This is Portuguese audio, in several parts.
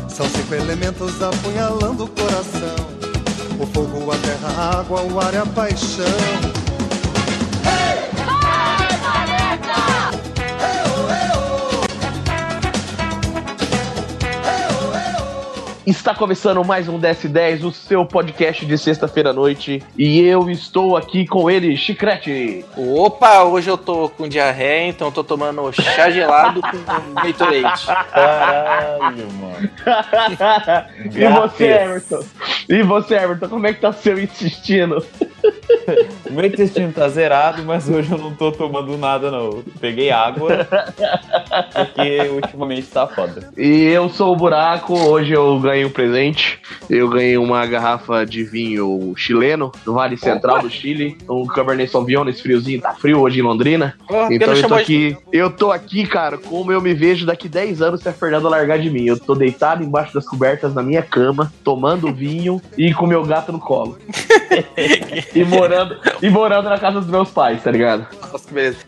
São 5 elementos apunhalando o coração: o fogo, a terra, a água, o ar e a paixão. Está começando mais um DS10, o seu podcast de sexta-feira à noite. E eu estou aqui com ele, Chicrete. Opa, hoje eu tô com diarreia, então eu tô tomando chá gelado com Gatorade. Caralho, mano. E você, Everton, como é que tá o seu intestino? O meu intestino tá zerado, mas hoje eu não tô tomando nada, não. Eu peguei água, porque ultimamente tá foda. E eu sou o Buraco, hoje eu ganhei um presente. Eu ganhei uma garrafa de vinho chileno, do Vale Central do Chile. Um Cabernet Sauvignon, nesse friozinho, tá frio hoje em Londrina. Então eu tô aqui, cara, como eu me vejo daqui 10 anos se a Fernanda largar de mim. Eu tô deitado embaixo das cobertas na minha cama, tomando vinho e com meu gato no colo. E morando na casa dos meus pais, tá ligado? Nossa, que beleza.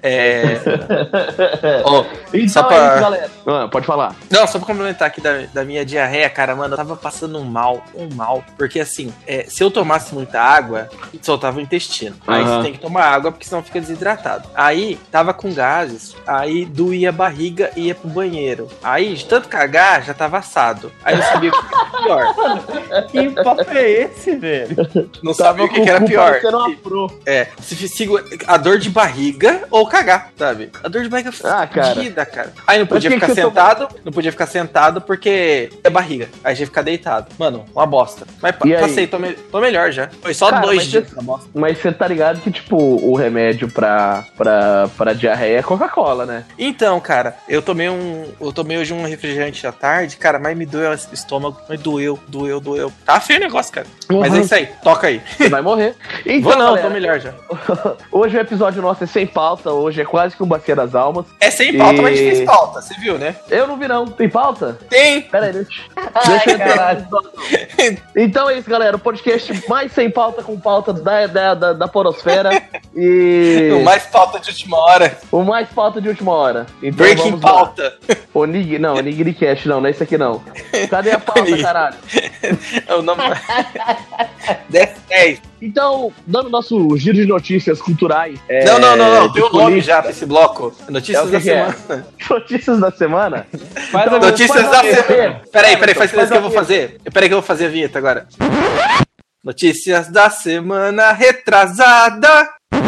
Então só pra... é isso, galera. Pode falar. Não, só pra complementar aqui da minha diarreia, cara, mano, eu tava passando um mal. Porque assim, se eu tomasse muita água, soltava o intestino. Aí você tem que tomar água, porque senão fica desidratado. Aí, tava com gases, aí doía a barriga e ia pro banheiro. Aí, de tanto cagar, já tava assado. Aí eu sabia o que era pior. Que papo é esse, velho? Não sabia o que era pior. Se A dor de barriga ou cagar, sabe? A dor de barriga fodida, cara. Aí não podia ficar sentado, porque é barriga. Aí tinha que ficar deitado. Mano, uma bosta. Mas passei, tô melhor já. Foi só 2 dias da bosta. Mas você tá ligado que, tipo, o remédio pra diarreia é Coca-Cola, né? Então, cara, eu tomei hoje um refrigerante à tarde, cara, mas me doeu o estômago. Mas doeu. Tá feio o negócio, cara. Mas é isso aí, toca aí. Você vai morrer. Então, vou não, galera, tô melhor já. Hoje o episódio nosso é sem pauta, hoje é quase que um Bacia das Almas. É sem pauta, mas a gente fez pauta, você viu, né? Eu não vi não, tem pauta? Tem! Pera aí, deixa eu entrar. Então é isso, galera, o podcast mais sem pauta com pauta da porosfera e... O mais pauta de última hora. O mais pauta de última hora. Então, Breaking pauta. O Nigricast, não é esse aqui não. Cadê a pauta, caralho? É o nome... 10. Então, dando nosso giro de notícias culturais... Não, tem um nome já pra esse bloco. Notícias da semana. Notícias da semana? Notícias da semana. Peraí, faz silêncio que eu vou fazer. Peraí que eu vou fazer a vinheta agora. Notícias da semana retrasada.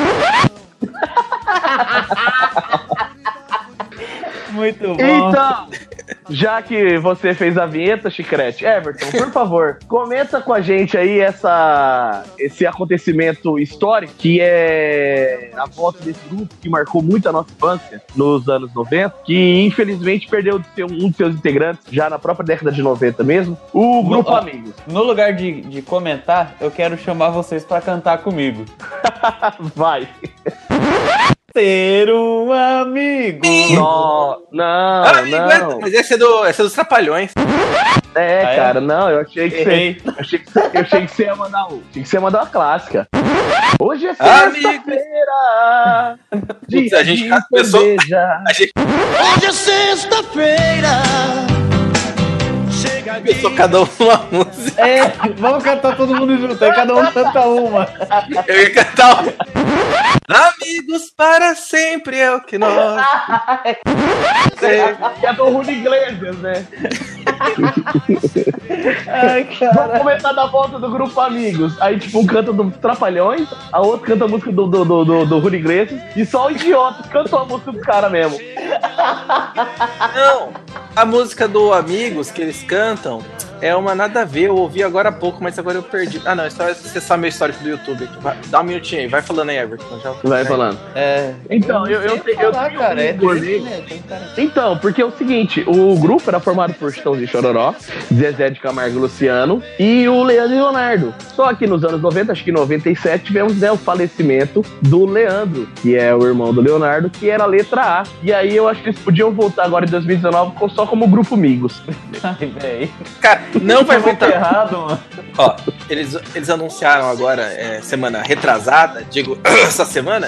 Muito bom. Então, já que você fez a vinheta, Chicrete, Everton, por favor, comenta com a gente aí esse acontecimento histórico, que é a volta desse grupo que marcou muito a nossa infância nos anos 90, que infelizmente perdeu de ser um de seus integrantes, já na própria década de 90 mesmo, o Grupo Amigos. No lugar de comentar, eu quero chamar vocês pra cantar comigo. Vai. Ter um amigo. Não. Mas esse é dos Trapalhões. Cara, não, eu achei que você ia mandar uma clássica. Hoje é sexta-feira. Putz, a gente começou. Hoje é sexta-feira. Começou cada um uma música. Vamos cantar todo mundo junto, aí cada um canta uma. Eu ia cantar Amigos para sempre é o que nós. É do Julio Iglesias, né? Ai, cara. Vamos comentar da volta do Grupo Amigos. Aí, tipo, um canta do Trapalhões, a outra canta a música do Julio Iglesias, e só o idiota cantou a música dos caras mesmo. Não, a música do Amigos que eles cantam é uma nada a ver. Eu ouvi agora há pouco, mas agora eu perdi. Ah, não, você sabe meu histórico do YouTube. Dá um minutinho aí, vai falando aí, Everton. Vai falando. Então, eu tenho cara, Então, porque é o seguinte, o grupo era formado por Chitãozinho e Chororó, Zezé de Camargo e Luciano e o Leandro e Leonardo. Só que nos anos 90, acho que em 97, tivemos, né, o falecimento do Leandro, que é o irmão do Leonardo, que era a letra A. E aí eu acho que eles podiam voltar agora em 2019 só como Grupo Amigos. Ai, velho. Cara, não vai voltar errado, mano. Ó, eles anunciaram agora, semana retrasada, digo, essa semana,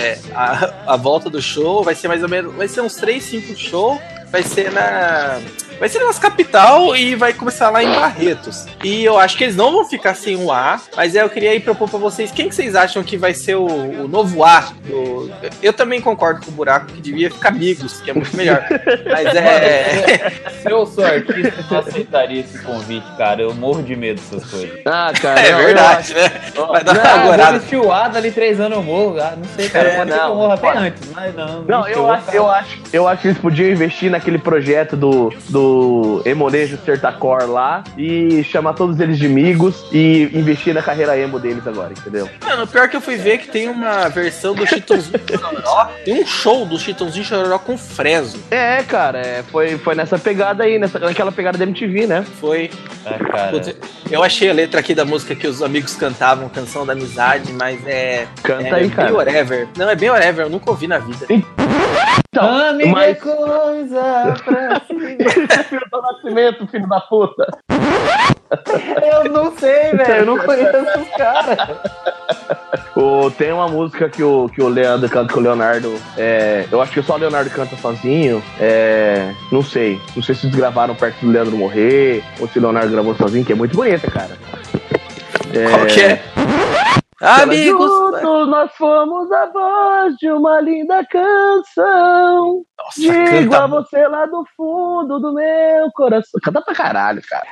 a volta do show vai ser mais ou menos, vai ser uns 3, 5 shows, vai ser Vai ser nossa capital e vai começar lá em Barretos. E eu acho que eles não vão ficar sem o A, mas eu queria aí propor pra vocês, quem que vocês acham que vai ser o novo A? Eu também concordo com o Buraco, que devia ficar Amigos, que é muito melhor. Mas Se eu sou artista, eu não aceitaria esse convite, cara. Eu morro de medo dessas coisas. Ah, cara. É verdade, né? Vai dar uma agorada. Eu assisti o A, dali 3 anos eu morro. Ah, não sei, cara. Pode ser que eu morro até antes, mas não. Não, eu acho que eles podiam investir naquele projeto do Emonejo Sertacor lá e chamar todos eles de amigos e investir na carreira emo deles agora, entendeu? Mano, o pior que eu fui ver que tem uma versão do Chitãozinho Chororó, tem um show do Chitãozinho Chororó com Freso. É, cara, foi nessa pegada aí, naquela pegada da MTV, né? Foi. Cara. Eu achei a letra aqui da música que os amigos cantavam, Canção da Amizade, mas Canta aí, cara. Bem whatever. Não, é bem whatever, eu nunca ouvi na vida. Então, mas... coisa pra filho do nascimento, filho da puta. Eu não sei, velho. Eu não conheço os caras. Tem uma música que o Leandro canta com o Leonardo. Eu acho que só o Leonardo canta sozinho. Não sei. Não sei se eles gravaram perto do Leandro morrer ou se o Leonardo gravou sozinho, que é muito bonita, cara. Qual que é? Amigos, juntos nós fomos a voz de uma linda canção. Nossa, digo canta... a você lá do fundo do meu coração. Canta pra caralho, cara.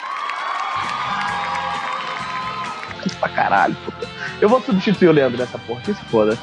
Canta pra caralho, puta. Eu vou substituir o Leandro nessa porra, que se foda.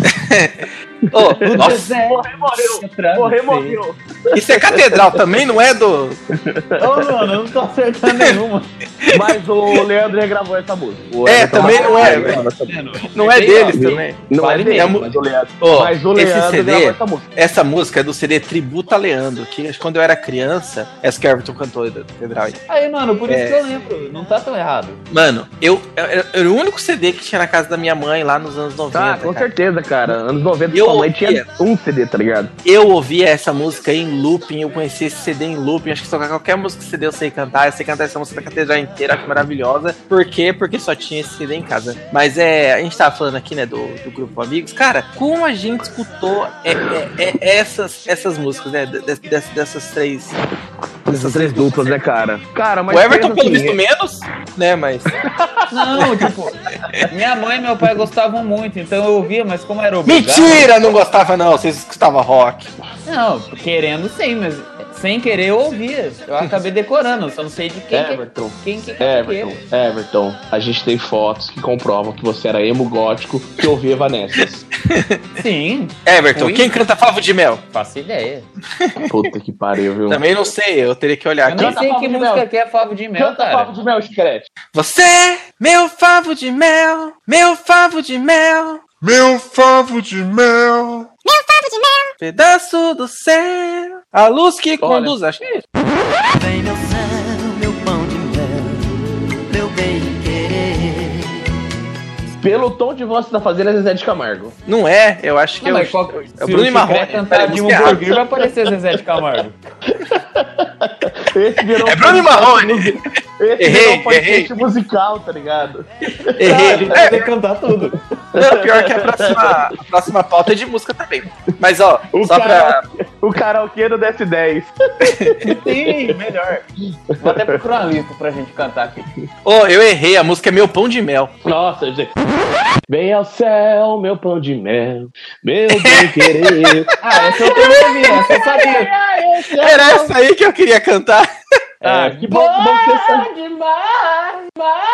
Nossa, morreu. Isso é catedral também, não é do... Mano, eu não tô acertando nenhuma. Mas o Leandro regravou essa música. Também não é. Não é deles também. Não é deles, mas o Leandro gravou essa música. Essa música é do CD Tributa Leandro, que quando eu era criança, essa que Everton cantou da catedral aí. Aí, mano, por isso que eu lembro. Não tá tão errado. Mano, eu era o único CD que tinha na casa da minha mãe lá nos anos 90. Ah, com certeza, cara. Anos 90, sua mãe tinha um CD, tá ligado? Eu ouvia essa música em looping, eu conheci esse CD em looping, acho que só qualquer música CD eu sei cantar essa música da catedral inteira, acho maravilhosa. Por quê? Porque só tinha esse CD em casa. Mas a gente tava falando aqui, né, do grupo Amigos. Cara, como a gente escutou essas músicas, né, dessas três duplas, né, cara? Mas o Everton pelo visto menos, né, mas... Não, tipo, minha mãe e meu pai gostavam muito, então eu ouvia, mas como era obrigado... Mentira, não gostava não, vocês escutavam rock. Não, querendo sim, mas sem querer eu ouvia. Eu acabei decorando, só não sei de quem Everton. Everton, a gente tem fotos que comprovam que você era emo gótico que ouvia Evanescence. Sim. Everton, quem canta Favo de Mel? Faço ideia. Puta que pariu, viu? Também não sei, eu teria que olhar aqui. Eu não sei que música que é Favo de Mel, Canta cara. Favo de Mel, Chicrete. Você, meu favo de mel, meu favo de mel. Meu favo de mel. Pedaço do céu, a luz que conduz. Acho que é isso. Vem meu céu, meu pão de mel, meu bem querer. Pelo tom de voz que você tá fazendo, é Zezé de Camargo. Não é, eu acho que Não, é mas o Bruno e Marrone. cantar de um burger, vai aparecer Zezé de Camargo. Esse virou Bruno e Marrone. Esse virou um podcast musical, tá ligado? Errei. A gente vai ter que cantar tudo. Não, pior que a próxima pauta é de música também. Mas ó, O karaokê do DS10. Sim, melhor. Vou até procurar uma lista pra gente cantar aqui. eu errei, a música é Meu Pão de Mel. Nossa, gente. Vem ao céu, meu pão de mel, meu bem querer. Essa eu também ouvi, essa eu sabia. Era essa aí que eu queria cantar. Que bom que você sabe. Demais.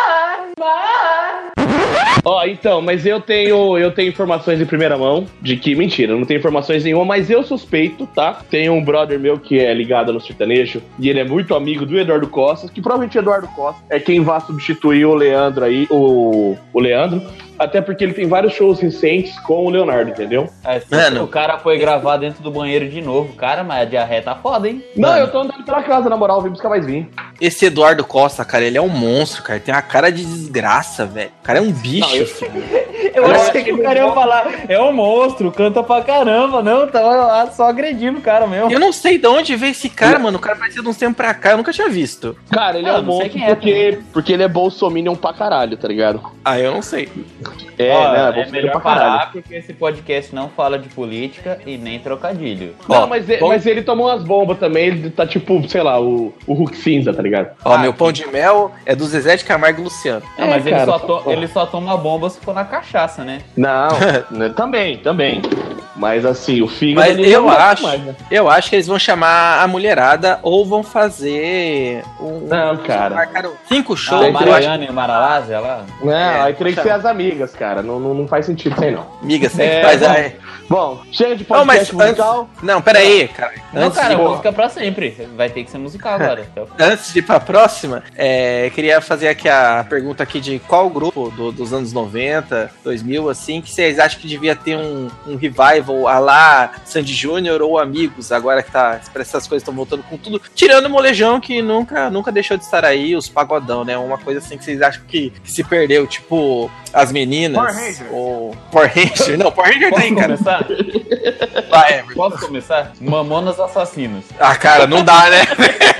Então, mas eu tenho informações em primeira mão de que, mentira, eu não tenho informações nenhuma, mas eu suspeito, tá? Tem um brother meu que é ligado no sertanejo e ele é muito amigo do Eduardo Costa, que provavelmente o Eduardo Costa é quem vai substituir o Leandro aí, o Leandro, até porque ele tem vários shows recentes com o Leonardo, entendeu? Mano, o cara foi gravar dentro do banheiro de novo, cara, mas a diarreia tá foda, hein? Não, Mano. eu tô andando pela casa, na moral, vim buscar mais vinho. esse Eduardo Costa, cara, ele é um monstro, cara. Ele tem uma cara de desgraça, velho. O cara é um bicho, filho. Eu achei que o cara ia falar, é um monstro, canta pra caramba. Não, tava lá só agredindo o cara mesmo. Eu não sei de onde veio esse cara, mano. O cara parecia de uns tempos pra cá, eu nunca tinha visto. Cara, ele é um não sei monstro quem é, porque ele é bolsominion pra caralho, tá ligado? Aí eu não sei. É melhor parar porque esse podcast não fala de política e nem trocadilho. Não, mas ele tomou umas bombas também, ele tá tipo, sei lá, o Hulk cinza, tá ligado? Meu pão de mel é do Zezé de Camargo e Luciano. Mas ele só toma bomba se for na cachaça, né? Não, também. Mas assim, o fígado... Mas eu acho que eles vão chamar a mulherada ou vão fazer Não, cara. Marcaram 5 shows. A Mariana e a Maralásia lá? Não, aí teria que ser as amigas, cara. Não faz sentido isso aí, não. Amiga, sempre faz. Bom, chega de podcast musical. Não, pera aí, cara. Música pra sempre. Vai ter que ser musical agora. Antes de ir pra próxima, queria fazer aqui a pergunta aqui de qual grupo dos anos 90, 2000, assim, que vocês acham que devia ter um revival a lá Sandy Júnior ou Amigos, agora que essas coisas estão voltando com tudo, tirando o molejão que nunca deixou de estar aí, os pagodão, né? Uma coisa assim que vocês acham que se perdeu, tipo as meninas Power Ranger. ou Power Ranger. Não, Power Ranger tem, cara. Vai, posso começar? Mamonas Assassinos. Ah, cara, não dá, né?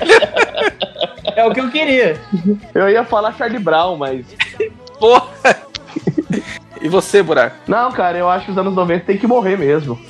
É o que eu queria. Eu ia falar Charlie Brown, mas... Porra! E você, Buraco? Não, cara, eu acho que os anos 90 tem que morrer mesmo.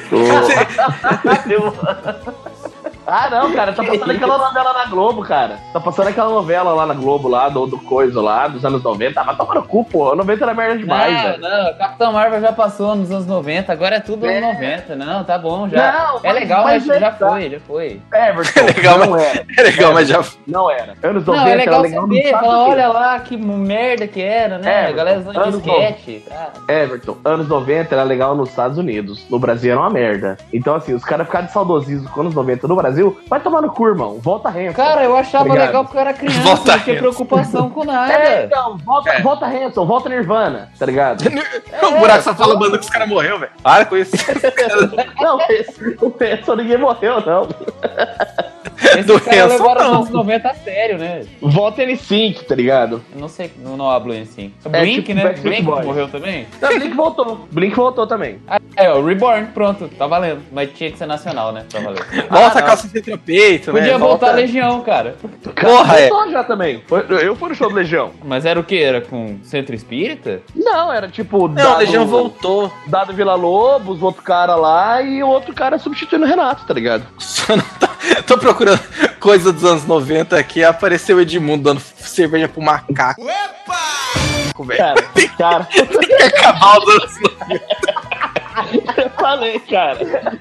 Ah, não, cara, tá passando aquela novela na Globo, cara. Tá passando aquela novela lá na Globo, lá, do coisa lá, dos anos 90. Vai tomar no cu, pô. 90 era merda demais, velho. Não, Capitão Marvel já passou nos anos 90, agora é tudo anos 90. Não, tá bom, já. Não, é legal, mas já foi. Everton, é legal, não era. É legal, mas já... Não era. Anos 90 não, é legal era legal saber, falar, olha lá que merda que era, né? Everton, a galera usando disquete. Everton, anos 90 era legal nos Estados Unidos. No Brasil era uma merda. Então, assim, os caras ficaram de saudosismo com anos 90 no Brasil, vai tomar no cu, irmão. Volta Hanson. Cara, eu achava legal porque eu era criança, volta não tinha preocupação com nada. Então, volta Hanson, volta Nirvana, tá ligado? O Buraco só fala banda que os caras morreu, velho. Para com isso. Não, o Hanson ninguém morreu, não. Esse cara levaram os anos 90 a sério, né? Volta N5, tá ligado? Eu não sei, não hablo N5. Blink, tipo né? Blink morreu também? Não, Blink voltou também. O Reborn, pronto, tá valendo. Mas tinha que ser nacional, né? Pra valer. Volta a calça de peito, né? Podia voltar a Legião, cara. Porra, voltou já também. Eu fui no show do Legião. Mas era o quê? Era com Centro Espírita? Não, era tipo... Não, Legião voltou. Dado Vila Lobos, outro cara lá e o outro cara substituindo o Renato, tá ligado? Tô procurando coisa dos anos 90 aqui, apareceu o Edmundo dando cerveja pro macaco. Opa! Cara. Tem que acabar os anos 90. Eu falei, cara.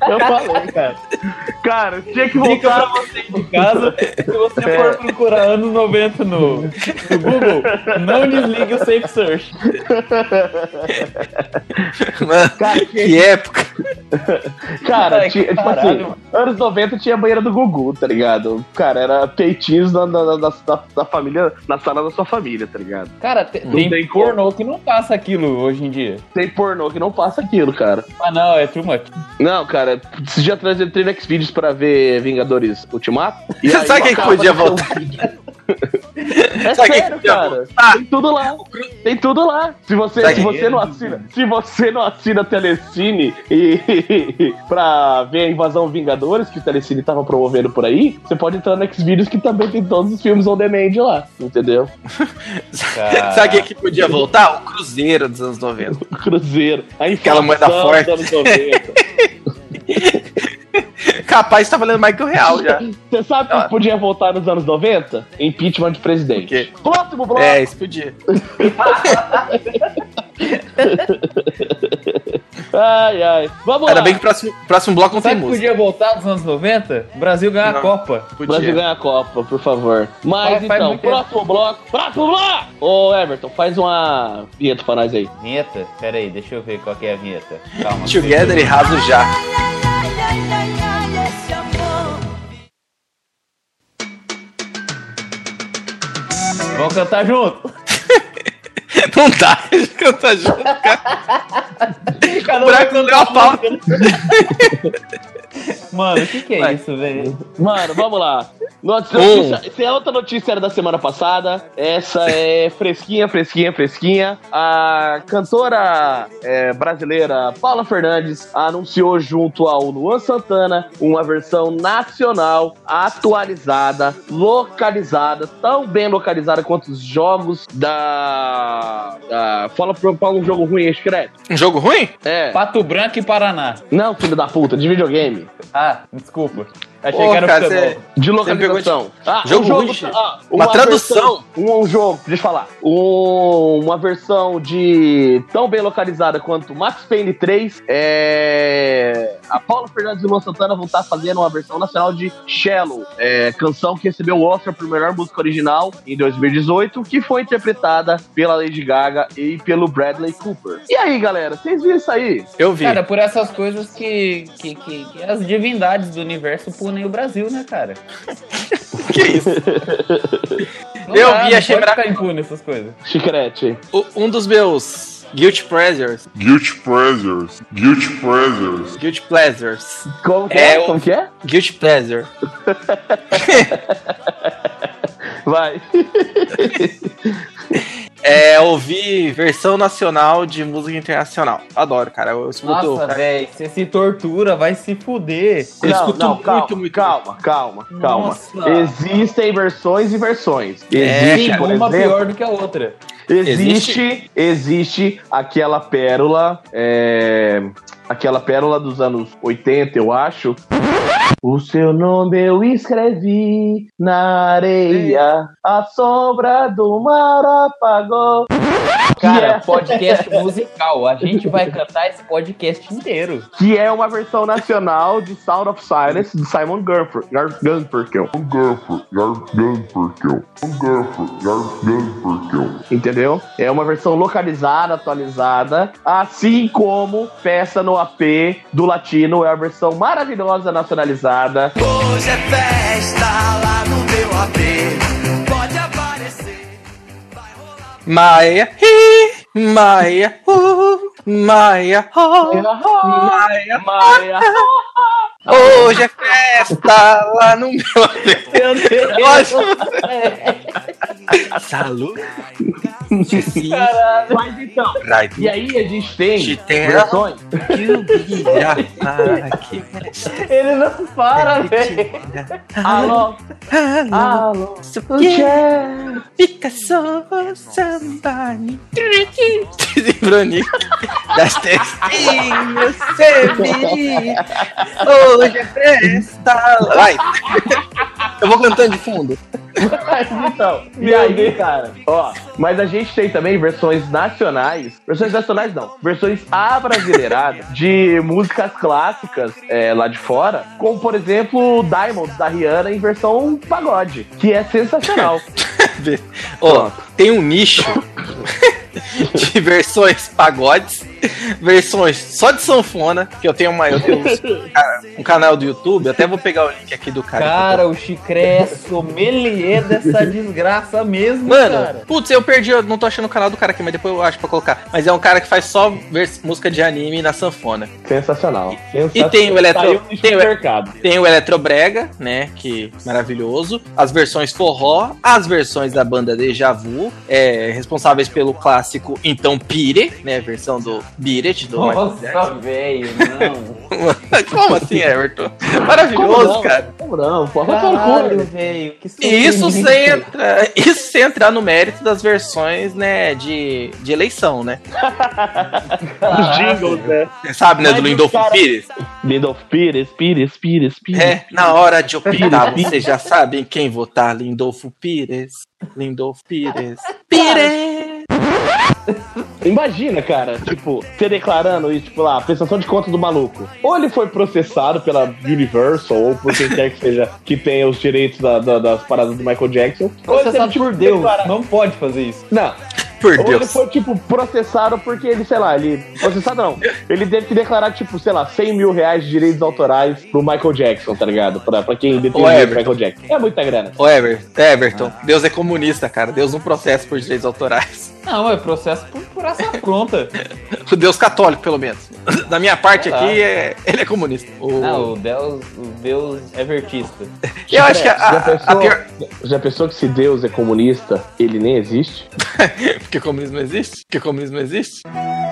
Cara, tinha que voltar. Pra você de casa, se você for procurar anos 90 no Google, não desligue o Safe Search. Mano, cara, que época. Cara, tipo assim, anos 90 tinha a banheira do Gugu, tá ligado? Cara, era peitinhos da família, na sala da sua família, tá ligado? Cara, tem pornô que não passa aquilo hoje em dia. Tem pornô que não passa aquilo, cara. Ah, não, é too much. Não, cara, você já traz entrei no Xvideos pra ver Vingadores Ultimato? E aí, sabe quem podia voltar? É sério, cara. Tem tudo lá. Tem tudo lá. Se você não assina Telecine pra ver a Invasão Vingadores, que o Telecine tava promovendo por aí, você pode entrar no Xvideos que também tem todos os filmes on demand lá, entendeu? Sabe quem que podia voltar? O Cruzeiro dos anos 90. O Cruzeiro. Aquela moeda forte. Dos anos 90. Capaz tá valendo mais que o real já. Você sabe que podia voltar nos anos 90? Impeachment de presidente. Próximo bloco. Isso podia. Ai. Vamos lá. Ainda bem que o próximo bloco não tem música. Podia voltar nos anos 90? O Brasil ganha a Copa. Brasil ganha a Copa, por favor. Mas então, próximo bloco. Ô, Everton, faz uma vinheta pra nós aí. Vinheta? Pera aí, deixa eu ver qual que é a vinheta. Calma. Together e Raso já. Vamos cantar junto? Não dá de cantar junto, cara. O Buraco não deu a pauta. Mano, o que é isso, velho? Mano, vamos lá. Se a outra notícia era da semana passada, essa é fresquinha. A cantora brasileira Paula Fernandes anunciou junto ao Luan Santana uma versão nacional, atualizada, localizada, tão bem localizada quanto os jogos da... Fala pra um jogo ruim, Scrap. Um jogo ruim? É. Pato Branco e Paraná. Não, filho da puta, de videogame. Ah, desculpa. Achei que era cara, futebol. De localização. Jogo ruim, uma tradução. Um jogo, deixa eu falar. Uma versão de tão bem localizada quanto Max Payne 3. A Paula Fernandes e o Luan Santana vão estar fazendo uma versão nacional de Shallow, canção que recebeu o Oscar por melhor música original em 2018, que foi interpretada pela Lady Gaga e pelo Bradley Cooper. E aí, galera, vocês viram isso aí? Eu vi. Cara, por essas coisas que as divindades do universo punem o Brasil, né, cara? Que isso? Eu vi, achei ficar impune essas coisas. Chicrete. Um dos meus Guilty Pleasures. Como que é? Como que é? Guilty Pleasure. Vai. Ouvir versão nacional de música internacional. Adoro, cara. Eu escuto. Nossa, velho, você se tortura, vai se fuder. Eu escuto muito. Calma. Nossa. Existem versões e versões. Existe uma pior do que a outra. Existe aquela pérola. Aquela pérola dos anos 80, eu acho. O seu nome eu escrevi na areia, a sombra do mar apagou. Cara, podcast musical. A gente vai cantar esse podcast inteiro. Que é uma versão nacional de Sound of Silence de Simon Garfunkel. Entendeu? É uma versão localizada, atualizada, assim como Festa no AP do Latino é a versão maravilhosa nacionalizada. Hoje é festa lá no meu AP. Pode aparecer, vai rolar. Maia, Maia. Hoje é festa lá no meu AP. Salud. Mas então, e aí a gente tem versões. Ele não para, velho. Alô. Fica só sambani. Bronico das testinhas semi. Hoje é festa. Vai. Eu vou cantando de fundo. Então, e aí, cara, mas a gente tem também versões nacionais não, versões abrasileiradas de músicas clássicas lá de fora, como por exemplo Diamonds da Rihanna em versão pagode, que é sensacional. Tem um nicho de versões pagodes, versões só de sanfona, que eu tenho um canal do YouTube, até vou pegar o link aqui do cara. Cara, o Chicré é sommelier dessa desgraça mesmo, mano, cara. Putz, eu perdi, eu não tô achando o canal do cara aqui, mas depois eu acho pra colocar. Mas é um cara que faz só música de anime na sanfona. Sensacional. E tem o Eletrobrega, né, que maravilhoso. As versões forró, as versões da banda Deja Vu, responsáveis pelo clássico Então Pire, né, versão do Beat It, do Nossa, velho, não. Como assim, Everton? Maravilhoso, cara. Como não? Caralho, velho. E isso sem entrar no mérito das versões, né, de eleição, né? Os jingles, né? Você sabe, né, do Lindolfo Pires? Lindolfo Pires. Na hora de opinar, vocês já sabem quem votar. Lindolfo Pires. Imagina, cara, tipo, você declarando isso, tipo lá, prestação de conta do maluco. Ou ele foi processado pela Universal, ou por quem quer que seja, que tenha os direitos das paradas do Michael Jackson. Processado por Deus, não pode fazer isso. Não. Por Ou Deus. ele foi, tipo, processado porque ele, sei lá, processado não. Ele teve que declarar, tipo, sei lá, 100 mil reais de direitos autorais pro Michael Jackson, tá ligado? Pra quem detém o Michael Jackson. É muita grana. Ô, Everton, Deus é comunista, cara. Deus não processa por direitos autorais. Não, é processo por ação pronta. O Deus católico, pelo menos. Da minha parte aqui, ele é comunista. Não, o Deus é vertista. Eu acho que a pior... Já pensou que se Deus é comunista, ele nem existe? Porque comunismo não existe? Porque comunismo não existe?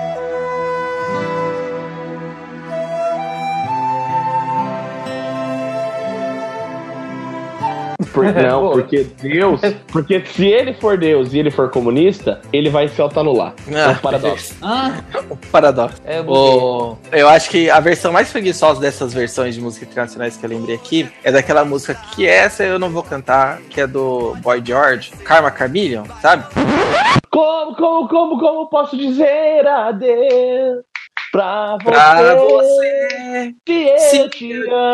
Não, porque se ele for Deus e ele for comunista, ele vai se autoanular. É um paradoxo. Um paradoxo. Eu acho que a versão mais preguiçosa dessas versões de música internacionais que eu lembrei aqui é daquela música que essa eu não vou cantar, que é do Boy George, Karma Chameleon, sabe? Como posso dizer adeus pra você que eu te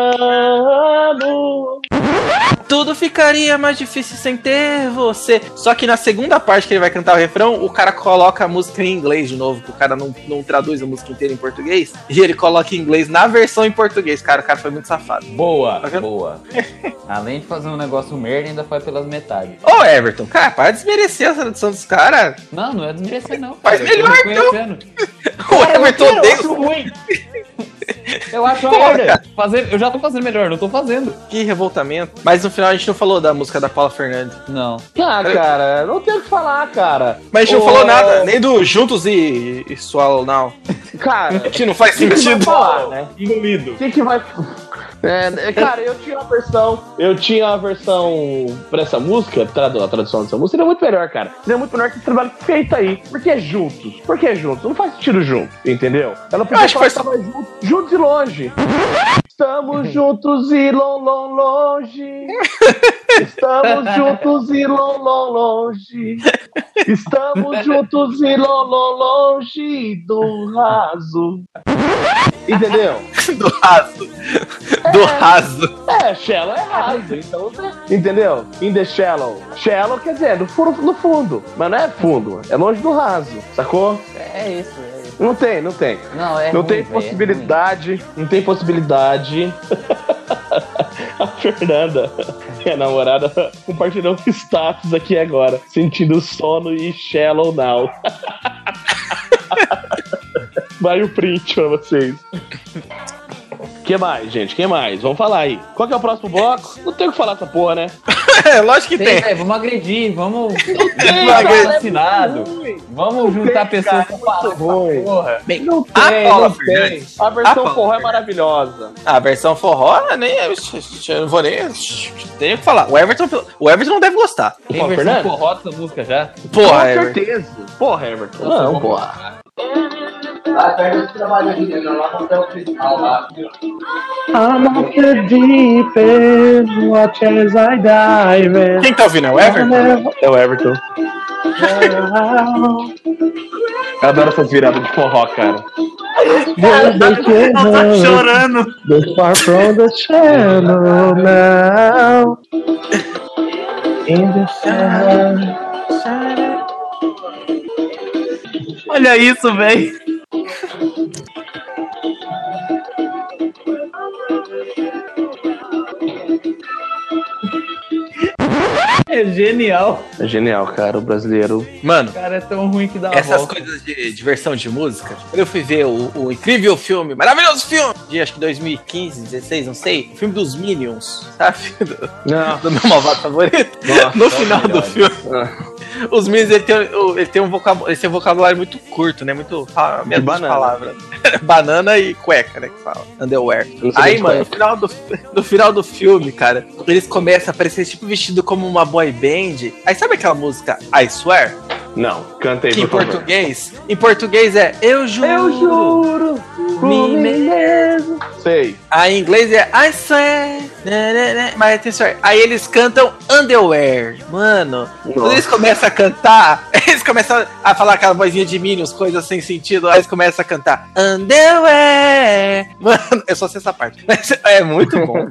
amo? Tudo ficaria mais difícil sem ter você. Só que na segunda parte que ele vai cantar o refrão, o cara coloca a música em inglês de novo, que o cara não traduz a música inteira em português, e ele coloca em inglês na versão em português. Cara, o cara foi muito safado. Boa. Além de fazer um negócio merda, ainda faz pelas metades. Ô, Everton, cara, para de desmerecer a tradução dos caras. Não é desmerecer, não. Faz melhor, então. O Everton odeia. Eu acho merda. Eu já tô fazendo melhor, não tô fazendo. Que revoltamento. Mas no final a gente não falou da música da Paula Fernandes. Não. Cara, não tem o que falar, cara. Mas a gente não falou nada, nem do Juntos e Swallow Now. Cara, que não faz sentido. Falar, né? Engolido. O que vai... cara, eu tinha uma versão pra essa música, a tradução dessa música, seria muito melhor, cara. Seria muito melhor que esse trabalho feito aí. Por que juntos? Não faz sentido junto, entendeu? Ela podia falar que tava juntos e longe. Estamos juntos e longe. Estamos juntos e longe. Estamos juntos e longe do raso. Entendeu? Do raso. Do raso. Shallow é raso. Então, entendeu? In the shallow. Shallow quer dizer no fundo. Mas não é fundo, é longe do raso. Sacou? É isso. Não tem. Não ruim, tem possibilidade. Não tem possibilidade. A Fernanda, minha namorada, compartilhou um status aqui agora, sentindo sono e shallow now. Vai o print pra vocês. Que mais, gente? Que mais? Vamos falar aí. Qual que é o próximo bloco? Não tem o que falar essa porra, né? Lógico que tem. Vamos agredir, vamos assassinado. Vamos juntar pessoas com porra. Bem, não tem. A versão forró é maravilhosa. A versão forró, eu não vou nem... Tenho que falar. O Everton não deve gostar. Tem versão forró dessa música já? Porra, com certeza. Porra, Everton. Não, porra. Pega esse trabalho aqui dentro, lá no hotel principal lá. I'm off the deep end, watch as I dive in. Quem tá ouvindo? É o Everton? É o Everton. Eu adoro essas viradas de forró, cara. Eu tô chorando. The far from the channel now. In the sun. Olha isso, velho. É genial. É genial, cara, o brasileiro. Mano, o cara é tão ruim que dá uma essas volta. coisas de versão de música. Quando eu fui ver o incrível filme, maravilhoso filme, de acho que 2015, 16, não sei, o filme dos Minions, sabe? Do meu malvado favorito. Nossa, no final do filme, os Minions, ele tem um vocabulário muito curto, né? Muito meia dúzia de palavras. Banana e cueca, né? Que fala. Underwear. Aí, mano, no final do filme, cara, eles começam a aparecer tipo vestido como uma boy band. Aí sabe aquela música I Swear? Não, canta aí, que por em português é Eu juro por mim mesmo. Sei. Aí em inglês é I swear. Mas tem swear. Aí eles cantam Underwear. Mano, quando eles começam a cantar, eles começam a falar aquela vozinha de Minions, coisas sem sentido. Aí eles começam a cantar Underwear. Mano, eu só sei essa parte. Mas é muito bom.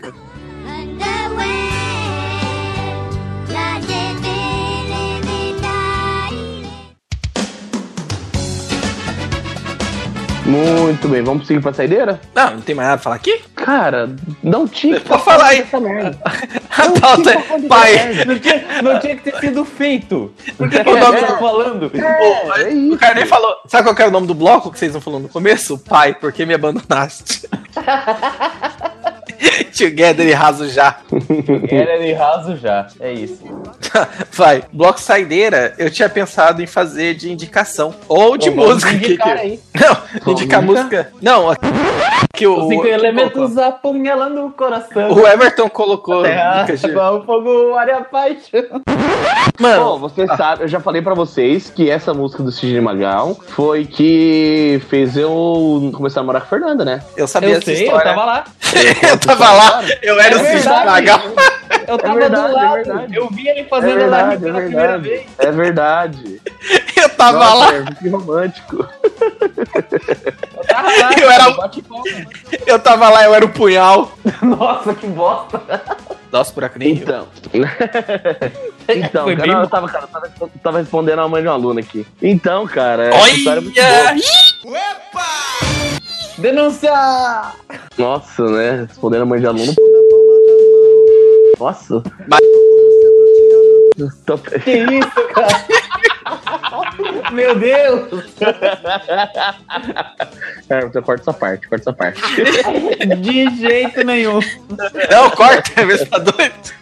Muito bem, vamos seguir pra saideira? Não tem mais nada pra falar aqui? Cara, não tinha que Pode falar aí. essa merda. A pauta é pai. Não tinha que ter sido feito. Por que o nome tá falando? É isso. O cara nem falou. Sabe qual que era o nome do bloco que vocês não falaram no começo? Pai, por que me abandonaste? Together e raso já. Together e raso já. É isso. Vai. Bloco saideira, eu tinha pensado em fazer de indicação. Ou de música. Indicar aí. Não, indicar música. Não, que Os 5 elementos apunhalando o coração. o Everton colocou. Terra, o fogo, o ar e a paixão. Mano, Bom, você sabe, eu já falei pra vocês que essa música do Sidney Magal foi que fez eu começar a namorar com a Fernanda, né? eu sabia Eu essa sei, história. eu tava lá. Eu tava lá, eu era o Sidney verdade. Magal. Eu tava verdade, do lado. verdade. Eu vi ele fazendo a live pela primeira vez. É verdade. Eu tava Nossa, lá. que romântico. Eu tava lá. Eu era o- bate palma. Eu tava lá, eu era o punhal. Nossa, que bosta. Nossa, por aqui nem eu. Então. Então, Foi cara, bem eu tava respondendo a mãe de um aluno aqui. Então, cara, essa história é muito boa. Olha! Denúncia! Nossa, né? Respondendo a mãe de aluno. Nossa. Tô- Que isso, cara? Meu Deus! É, corta essa parte, corta essa parte. De jeito nenhum. Não, corta, você tá doido?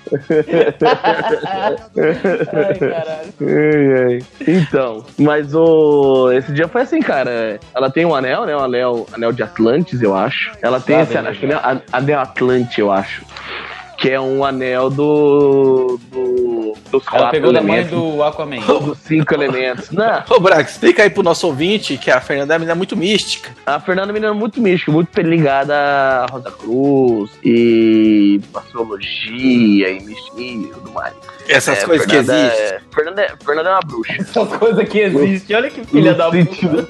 Ai, caralho. Ai, ai. Então, mas esse dia foi assim, cara. Ela tem um anel, né? Um anel de Atlantis, eu acho. Ela tem esse anel, acho que é anel Atlante, eu acho. Que é um anel dos Ela quatro pegou da mãe elementos. do Aquaman. Dos 5 elementos. Não, Ô, Braga, explica aí pro nosso ouvinte que a Fernanda é uma menina muito mística. a Fernanda é uma menina muito mística, muito ligada à Rosa Cruz e astrologia e mistério e tudo mais. Essas coisas que Fernanda existem. Fernanda é uma bruxa. Essas coisas que existem. Olha que filha da puta.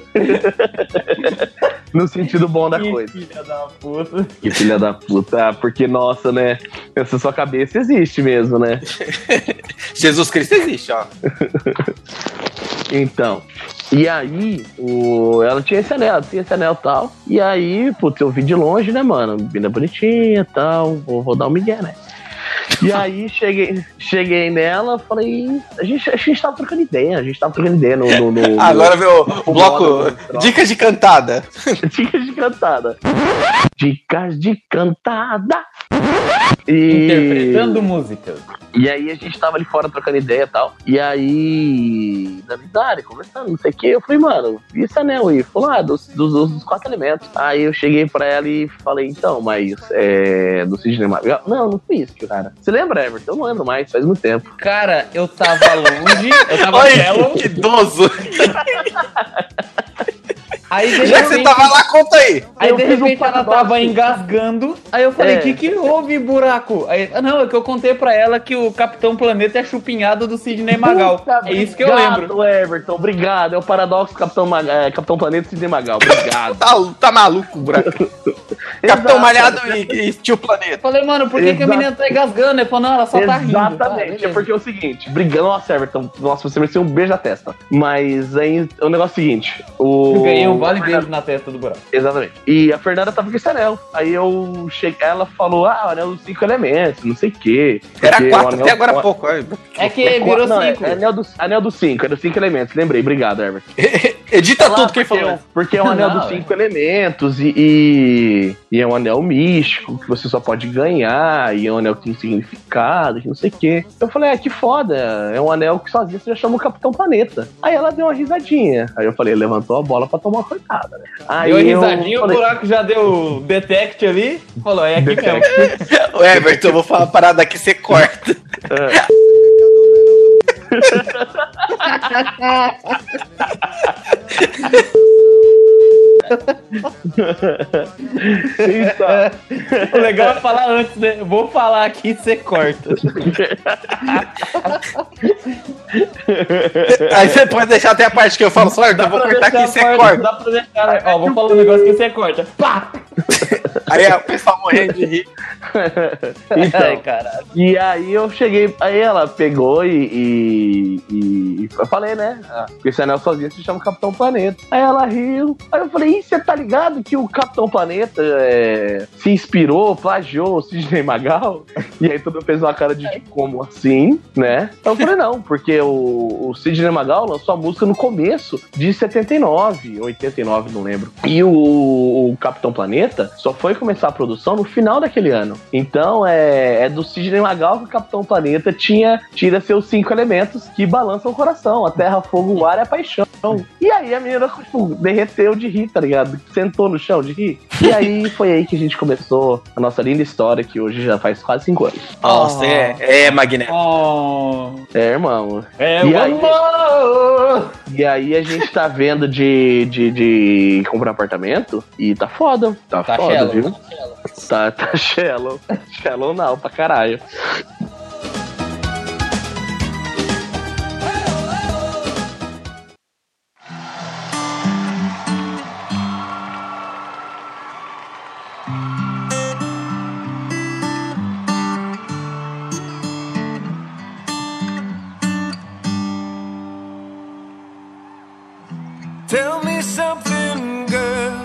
No sentido bom da Que coisa. filha da puta. Que filha da puta. Porque, nossa, né? Essa sua cabeça existe mesmo, né? Jesus Cristo existe, ó. Então. E aí, ela tinha esse anel e tal. E aí, putz, eu vi de longe, né, mano? Menina bonitinha e tal. Vou dar um migué, né? E aí, cheguei nela, falei... A gente tava trocando ideia, no Agora veio o bloco modo, Dicas de Cantada. Dicas de cantada. Dicas de cantada. E... Interpretando músicas. E aí a gente tava ali fora trocando ideia e tal. E aí, da verdade, conversando, não sei o que. Eu falei, mano, e esse anel aí? Falou, dos 4 elementos. Aí eu cheguei pra ela e falei, então, mas do Sidney Magal? Não foi isso, cara. Você lembra, Everton? Eu não lembro mais, faz muito tempo. Cara, eu tava longe. Eu tava Olha, shallow. que idoso. Aí, de Já que você repente- tava lá, conta aí. Aí Eu de fiz um repente ela paradoxo. tava engasgando. Aí eu falei, É. que houve, buraco? Aí, não, é que eu contei pra ela que o Capitão Planeta é chupinhado do Sidney Magal. Puta, É isso que eu lembro. Obrigado, Everton, obrigado. É o paradoxo Capitão Planeta e Sidney Magal. Obrigado. Tá maluco, buraco. Capitão Exato. Malhado e Tio Planeta. Falei, mano, por que a Exato. menina tá engasgando? Ele falou, não, ela só tá rindo. Exatamente, é porque é o seguinte, brigando, nossa, Everton, nossa, você mereceu um beijo na testa. Mas aí, o negócio é o seguinte, Eu ganhei um vale beijo na testa do buraco. Exatamente. E a Fernanda tava com esse anel. Aí eu cheguei, ela falou, o anel dos 5 elementos, não sei o quê. Era Porque 4, o anel- até agora há pouco. Olha. É que virou Não, 5. é anel dos 5, era 5 elementos, lembrei, obrigado, Everton. Edita Lá, tudo quem porque falou. Porque é um anel Não, dos 5 elementos e é um anel místico que você só pode ganhar, e é um anel que tem significado, que não sei o quê. Eu falei, que foda, é um anel que sozinho você já chama o Capitão Planeta. Aí ela deu uma risadinha. Aí eu falei, levantou a bola pra tomar uma cortada, né? Aí Deu eu risadinha, o falei, buraco já deu detect ali. Falou, é aqui mesmo. Ô, Everton, eu vou falar uma parada aqui, você corta. Então, O legal é falar antes, né? Eu vou falar aqui e você corta. Aí você pode deixar até a parte que eu falo só, eu vou cortar aqui e você corta. Dá pra deixar, né? Ó, vou falar um negócio que você corta. Pá! Aí o pessoal morrendo de rir. Então, Ai, caralho. e aí eu cheguei, aí ela pegou e eu falei, né? Porque esse anel sozinho se chama Capitão Planeta. Aí ela riu. Aí eu falei, você tá ligado que o Capitão Planeta se inspirou, plagiou o Sidney Magal? E aí todo mundo fez uma cara de como assim, né? Eu falei, não, porque o Sidney Magal lançou a música no começo de 79, 89, não lembro. E o Capitão Planeta só foi começar a produção no final daquele ano. Então é do Sidney Magal que o Capitão Planeta tira seus 5 elementos que balançam o coração: a terra, fogo, o ar e a paixão. E aí a menina, tipo, derreteu de rir, tá ligado? Sentou no chão de rir. E aí foi aí que a gente começou a nossa linda história, que hoje já faz quase 5 anos. Nossa, Magneto. Irmão. Irmão! E aí a gente tá vendo de comprar apartamento e tá foda. Tá foda, shallow, viu? Tá shallow. Shallow não, pra caralho. Tell me something, girl.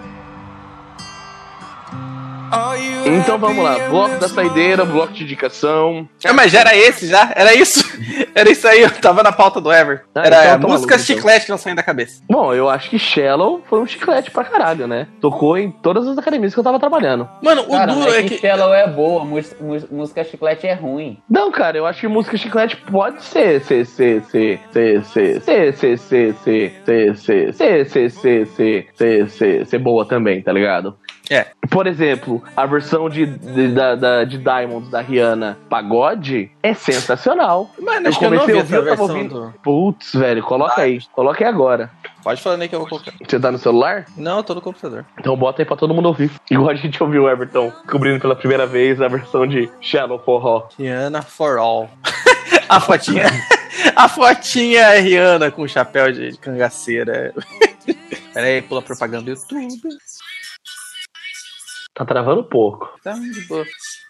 Are you Então vamos lá, happy bloco in da this saideira, world? bloco de indicação. Mas já era esse, já? Era isso? Era isso aí, eu tava na pauta do Ever. Era então tá música maluco, então. chiclete que não saem da cabeça. Bom, eu acho que Shallow foi um chiclete pra caralho, né? Tocou em todas as academias que eu tava trabalhando. Mano, Cara, o não duro é é que que... Shallow é boa, música chiclete é ruim. Não, cara, eu acho que música chiclete pode ser boa também, tá ligado? É. Por exemplo, a versão de Diamonds da Rihanna Pagode é sensacional. Mano, acho que eu não ouvi essa eu tava versão ouvindo. Putz, velho, coloca aí agora. Pode falar aí que eu vou colocar. Você tá no celular? Não, eu tô no computador. Então bota aí pra todo mundo ouvir. Igual a gente ouviu o Everton cobrindo pela primeira vez a versão de Shallow Forró. Rihanna for all. A fotinha... A fotinha é Rihanna com chapéu de cangaceira. Pera aí, pula propaganda do YouTube. Tá travando um pouco. Tá de boa.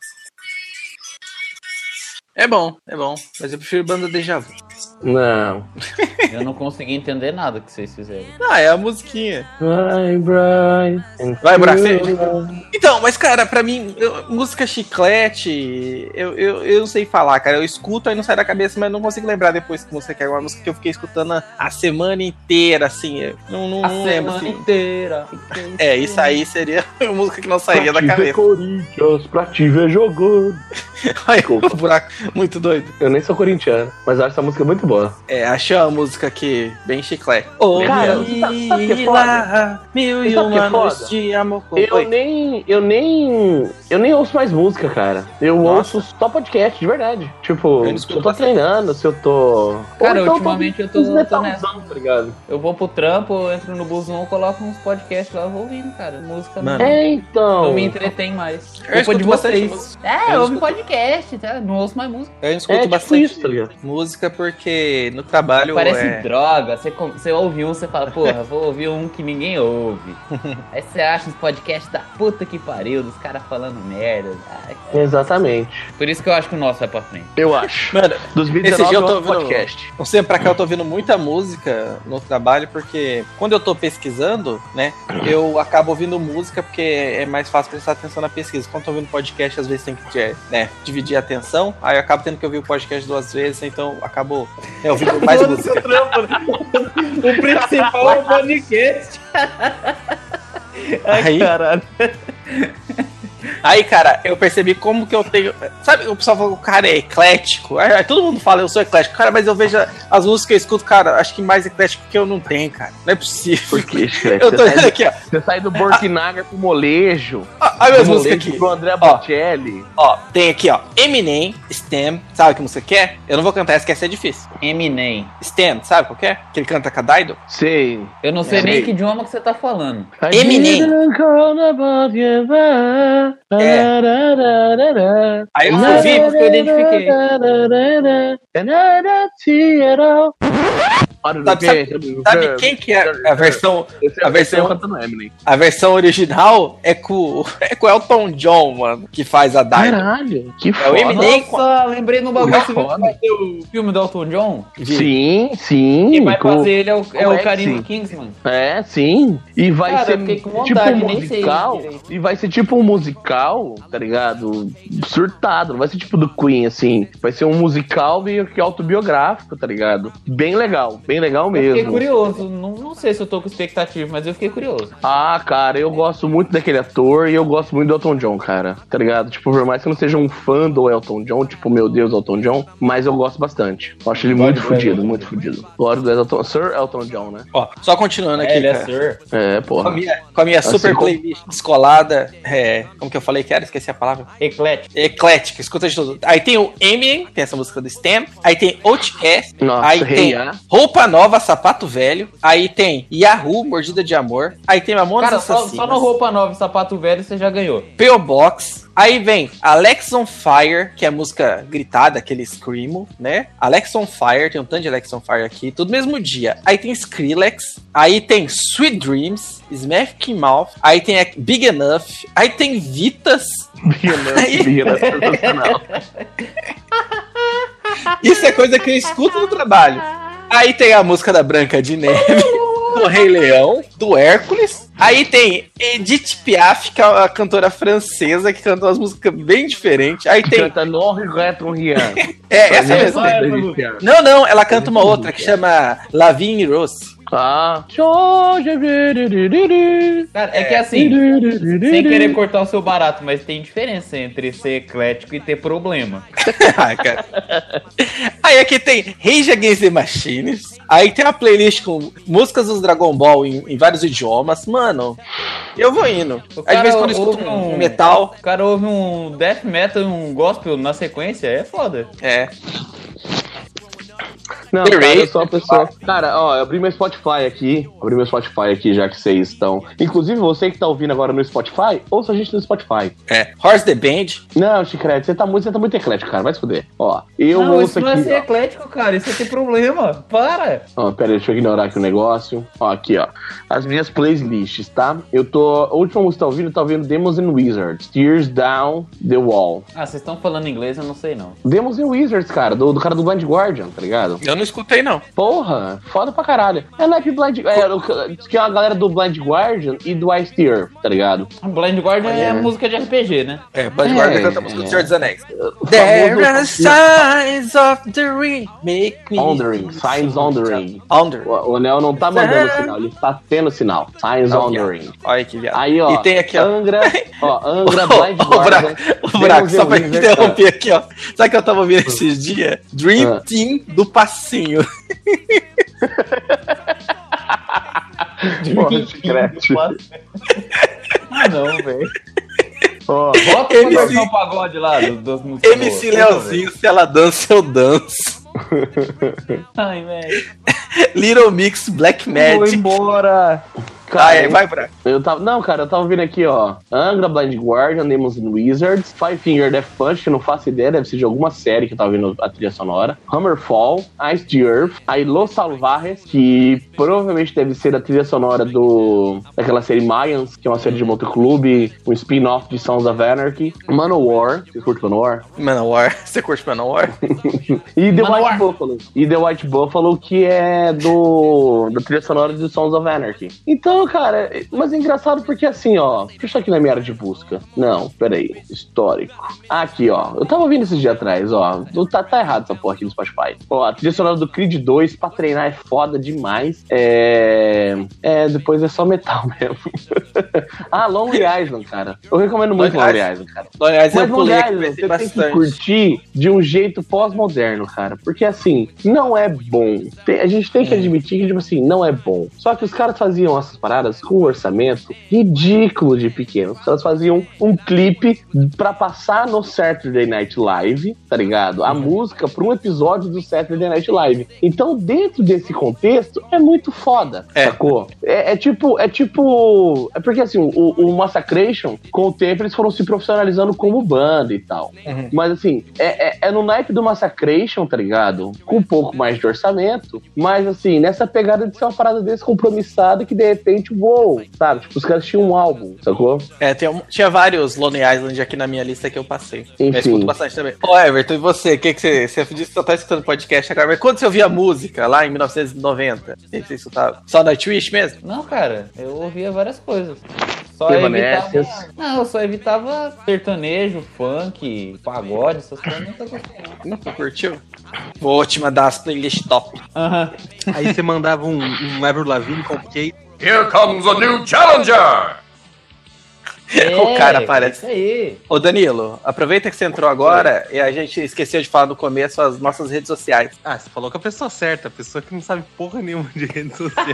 É bom. Mas eu prefiro banda Deja Vu. Não. Eu não consegui entender nada que vocês fizeram. Ah, é a musiquinha. Vai, Brian. Vai, Brian. Então, mas cara, pra mim, música chiclete, eu não sei falar, cara. Eu escuto aí não sai da cabeça, mas não consigo lembrar depois que música que é uma música que eu fiquei escutando a semana inteira, assim. Eu não lembro, assim. Inteira. É, isso aí seria uma música que não sairia da cabeça. Corinthians, pra te ver jogando. Aí, um buraco muito doido. Eu nem sou corintiano, mas acho essa música muito boa. É, achei uma música aqui bem chiclete. Cara, sabe o que é foda? Mil e Sabe o que é uma noites foda? de amor. Eu nem ouço mais música, cara. Eu Nossa. ouço só podcast, de verdade. Tipo, Eu se escuto eu tô treinando, se eu tô... Cara, Ou então ultimamente eu tô metalzão, nessa. tá ligado? Eu vou pro trampo, eu entro no busão, coloco uns podcasts lá, eu vou ouvindo, cara. Música Mano. Então... não me entretém mais. Eu escuto bastante música. É, eu ouço podcast, tá? Não ouço mais música. Eu escuto tipo bastante isso, tá ligado? música porque no trabalho Parece droga. Você ouve um, você fala, porra, vou ouvir um que ninguém ouve. Aí você acha uns podcasts da puta que pariu, dos caras falando merda. Ai, cara. Exatamente. Por isso que eu acho que o nosso vai pra frente. Eu acho. Mano, 2019 esse dia eu tô é um ouvindo podcast. Um tempo pra cá eu tô ouvindo muita música no trabalho, porque quando eu tô pesquisando, né, eu acabo ouvindo música porque é mais fácil prestar atenção na pesquisa. Quando eu tô ouvindo podcast, às vezes tem que dividir a atenção, aí eu acabo tendo que ouvir o podcast 2 vezes, então eu acabo ouvindo mais música. O principal é o podcast. Aí, Caralho. Aí, cara, eu percebi como que eu tenho... Sabe, o pessoal fala que o cara é eclético. Aí todo mundo fala, eu sou eclético. Cara, mas eu vejo as músicas que eu escuto, cara, acho que mais eclético que eu não tenho, cara. Não é possível. Por quê, Eu tô olhando aqui, ó. Você sai do Borkinaga pro molejo. Olha as músicas aqui. Pro André Bocelli. Ó, tem aqui, ó. Eminem, Stem. Sabe que música que é? Eu não vou cantar, essa que essa é difícil. Eminem. Stem, sabe qual que é? Que ele canta com a Daido? Sei. Eu não sei nem que idioma que você tá falando. Eminem. Aí eu ouvi porque eu identifiquei. Sabe quem que é a versão? A versão original é com o Elton John, mano, que faz a Diamond. Caralho, que foda. É o Eminem. Nossa, lembrei no bagulho. Você viu que vai ter o filme do Elton John? Sim. Quem vai fazer ele é o carinho do Kingsman. É, sim. E vai ser tipo um musical. E vai ser tipo um musical, tá ligado? Surtado. Não vai ser tipo do Queen, assim. Vai ser um musical meio que autobiográfico, tá ligado? Bem legal mesmo. Eu fiquei curioso. Não sei se eu tô com expectativa, mas eu fiquei curioso. Ah, cara, eu gosto muito daquele ator e eu gosto muito do Elton John, cara. Tá ligado? Tipo, por mais que eu não seja um fã do Elton John, tipo, meu Deus, Elton John, mas eu gosto bastante. Eu acho ele muito fudido, muito fudido. Glória do Elton, Sir Elton John, né? Ó, só continuando aqui, ele cara. É Sir. É, porra. Com a minha super playlist descolada, como que eu falei que era? Esqueci a palavra. Eclética, escuta de tudo. Aí tem o Eminem, tem essa música do Stamp. Aí tem Outkast. Nossa, aí tem Roupa Nova, Sapato Velho. Aí tem Yahoo, Mordida de Amor. Aí tem Mamonas Assassinas. Só no Roupa Nova e Sapato Velho você já ganhou. P.O. Box. Aí vem Alex on Fire, que é a música gritada, aquele screamo, né? Alex on Fire, tem um tanto de Alex on Fire aqui, tudo mesmo dia. Aí tem Skrillex, aí tem Sweet Dreams, Smack Mouth, aí tem Big Enough, aí tem Vitas. Big Enough, sensacional. Isso é coisa que eu escuto no trabalho. Aí tem a música da Branca de Neve, do Rei Leão, do Hércules. Aí tem Edith Piaf, que é uma cantora francesa que canta umas músicas bem diferentes. Aí tem... Canta No Regret Rien. Essa mesmo. Não, ela canta uma outra que chama La Vie en Rose. Cara, é que assim, sem querer cortar o seu barato, mas tem diferença entre ser eclético e ter problema. Aí aqui tem Rage Against the Machines. Aí tem uma playlist com músicas dos Dragon Ball em vários idiomas. Mano, eu vou indo. Às vezes quando eu escuto um metal. O cara ouve um death metal e um gospel na sequência, é foda. É. Não, cara, eu sou uma pessoa... Cara, ó, eu abri meu Spotify aqui, já que vocês estão... Inclusive, você que tá ouvindo agora no Spotify, ouça a gente no Spotify. Horse the Band. Não, Chicrete, você tá muito eclético, cara, vai se fuder. Ó, eu ouço aqui... Não, isso não é ser eclético, cara, isso é ter problema, para! Ó, pera aí, deixa eu ignorar aqui o negócio. Ó, aqui, ó, as minhas playlists, tá? A última música que tá ouvindo Demons and Wizards, Tears Down the Wall. Ah, vocês estão falando inglês, eu não sei não. Demons and Wizards, cara, do cara do Blind Guardian, tá ligado? Eu não escutei, não. Porra, foda pra caralho. É like Blind... que é a galera do Blind Guardian e do Ice Tear, tá ligado? Blind Guardian é música de RPG, né? Blind Guardian canta a música do Senhor dos Anéis. There are signs of the ring, make me... On the ring, signs on the ring. O Neo não tá mandando sinal, ele tá tendo sinal. Signs on the ring. Olha que viado. Aí, ó, e tem aqui, ó. Angra, Blind Guardian. O Braco, só pra interromper aqui, ó. Sabe o que eu tava ouvindo esses dias? Dream Team do Passinho. Não, velho. Bota o pagode lá dos músicos. MC Leozinho, se ela dança, eu danço. Ai, velho. Little Mix, Black Magic. Vou embora. Cara, vai, Braco. Eu tava ouvindo aqui, ó. Angra, Blind Guardian, Demons and Wizards, Five Finger Death Punch, que eu não faço ideia, deve ser de alguma série que eu tava ouvindo a trilha sonora. Hammerfall, Ice the Earth, aí Los Salvajes, que provavelmente deve ser a trilha sonora daquela série Mayans, que é uma série de motoclube, um spin-off de Sons of Anarchy. Manowar, você curte Manowar? Manowar, você curte Manowar? E The White Buffalo, que é da trilha sonora de Sons of Anarchy. Então, cara, mas é engraçado porque assim, ó, deixa eu achar aqui na minha área de busca. Não, peraí, histórico. Aqui, ó, eu tava ouvindo esses dias atrás, ó, tá errado essa porra aqui no Spotify. Ó, a trilha sonora do Creed 2 pra treinar é foda demais. Depois é só metal mesmo. Lonely Island, cara. Eu recomendo muito Lonely Island, cara. Lonely Island eu pulei aqui, você tem que curtir de um jeito pós-moderno, cara. Porque assim, não é bom. A gente tem que admitir que, tipo assim, não é bom. Só que os caras faziam essas paradas com um orçamento ridículo de pequeno. Elas faziam um clipe pra passar no Saturday Night Live, tá ligado? A música pra um episódio do Saturday Night Live. Então, dentro desse contexto, é muito foda, sacou? porque assim, o Massacration, com o tempo, eles foram se profissionalizando como banda e tal. Mas assim, é no naipe do Massacration, tá ligado? Com um pouco mais de orçamento, mas assim, nessa pegada de ser uma parada descompromissada que de repente voou, sabe? Tipo, os caras tinham um álbum, sacou? Tinha vários Lonely Island aqui na minha lista que eu passei. Enfim. Eu escuto bastante também. Ô, Everton, e você? O que você disse que você tá escutando podcast agora? Mas quando você ouvia música, lá em 1990, o que você escutava? Só Nightwish mesmo? Não, cara, eu ouvia várias coisas. Eu só evitava sertanejo, funk, pagode, essas coisas. Nunca gostei, não. Nunca curtiu? Vou te mandar as playlists top. Aí você mandava um Avril Lavigne com Kate. Here comes a new challenger! O cara aparece. Isso aí. Ô Danilo, aproveita que você entrou agora e a gente esqueceu de falar no começo as nossas redes sociais. Ah, você falou com a pessoa certa, a pessoa que não sabe porra nenhuma de rede social.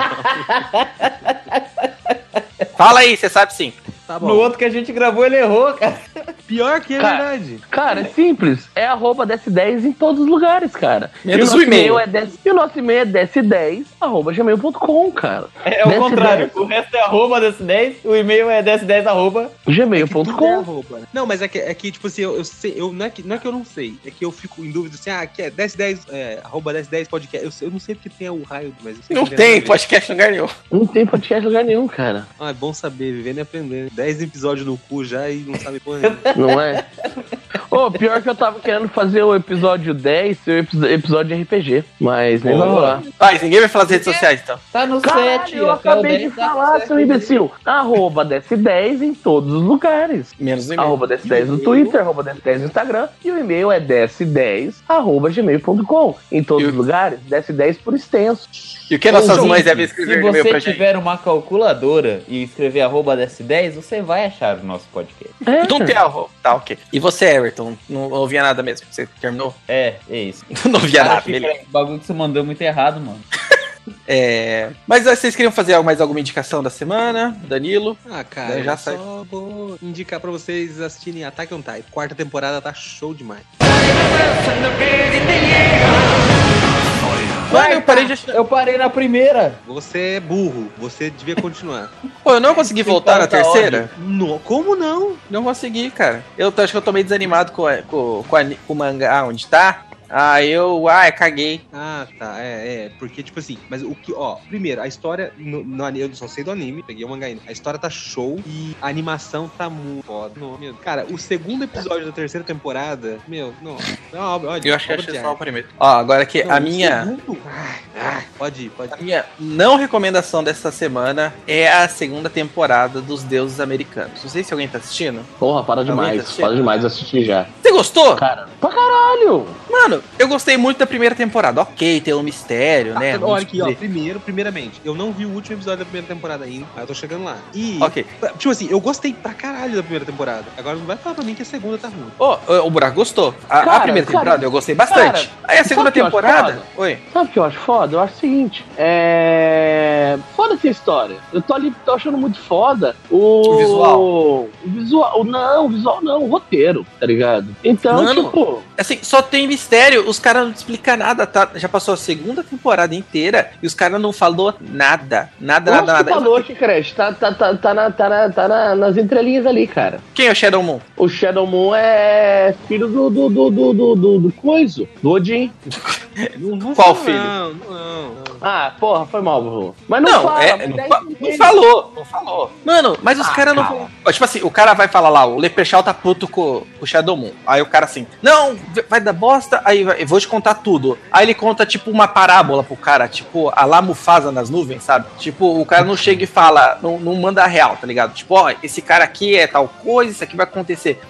Fala aí, você sabe sim. Tá bom. No outro que a gente gravou, ele errou, cara. Pior que é verdade. Cara, é simples. É @DS10 em todos os lugares, cara. Menos o e-mail. E o nosso e-mail é ds10@gmail.com, cara. É o contrário. O resto é @DS10, o e-mail é ds10@gmail.com. Não, mas é que tipo assim, eu sei, não é que eu não sei, é que eu fico em dúvida assim, que é ds10, @ds10 podcast. Eu não sei porque tem o raio, mas eu sei Não que tem podcast em lugar nenhum. Não tem podcast em lugar nenhum, cara. É bom saber, vivendo e aprendendo. 10 episódios no cu já e não sabe porra nenhuma. Não é? Pior que eu tava querendo fazer o episódio 10 ser o episódio de RPG, mas nem vai rolar. Mas ninguém vai falar das redes sociais, então. Tá no Caralho, 7. eu acabei de falar, seu imbecil. @DS10 em todos os lugares. Menos o e-mail. @DS10 no Twitter, @DS10 no Instagram. E o e-mail é ds10@gmail.com. Em todos os lugares, DS10 por extenso. E o que nossas mães devem escrever Se no e-mail você pra gente? tiver uma calculadora e escrever @DS10, você vai achar o nosso podcast. Não tem arroba. Tá, ok. E você, Everton? Não ouvia nada mesmo? Você terminou? É isso. Não ouvia nada, Fica beleza. aí, o bagulho que você mandou muito errado, mano. Mas vocês queriam fazer mais alguma indicação da semana? Danilo? Ah, cara, Eu já eu só vou indicar pra vocês assistirem Attack on Titan. 4ª temporada tá show demais. Mano, eu parei na primeira. Você é burro, você devia continuar. Pô, eu não consegui voltar na terceira? Não, como não? Não consegui, cara. Eu acho que eu tô meio desanimado com o mangá onde tá. Eu caguei. Ah, tá, porque, tipo assim, mas o que, primeiro, a história, eu só sei do anime, peguei o mangá ainda, a história tá show e a animação tá muito foda. Cara, o segundo episódio da 3ª temporada, olha, eu acho que é só o primeiro. Agora que a minha... Pode ir. A minha não recomendação dessa semana é a 2ª temporada dos Deuses Americanos. Não sei se alguém tá assistindo. Porra, para demais assistir já. Você gostou? Cara, pra caralho! Mano, eu gostei muito da primeira temporada. Ok, tem um mistério, né? Olha aqui, primeiramente, eu não vi o último episódio da primeira temporada ainda, mas eu tô chegando lá. E, tipo assim, eu gostei pra caralho da primeira temporada. Agora não vai falar pra mim que a segunda tá ruim. O Buraco gostou. A primeira temporada eu gostei bastante. Aí a segunda temporada... Oi. Sabe o que eu acho foda? Eu acho o seguinte, foda-se a história. Eu tô achando muito foda o visual. O visual não, o roteiro, tá ligado? Então, mano, tipo... Assim, só tem mistério, os caras não explicam nada, tá? Já passou a 2ª temporada inteira e os caras não falou nada. Nada. Falou que cresce, tá nas entrelinhas ali, cara. Quem é o Shadow Moon? O Shadow Moon é filho do coiso, do Odin. Qual filho? Não. Ah, porra, foi mal, burro. Mas não Não falou. Mano, mas os caras não falam. Tipo assim, o cara vai falar lá, o Leprechaun tá puto com o Shadow Moon. Aí o cara assim, não, vai dar bosta, aí eu vou te contar tudo. Aí ele conta, tipo, uma parábola pro cara, tipo, a lá Mufasa nas nuvens, sabe? Tipo, o cara não chega e fala, não manda real, tá ligado? Tipo, esse cara aqui é tal coisa, isso aqui vai acontecer.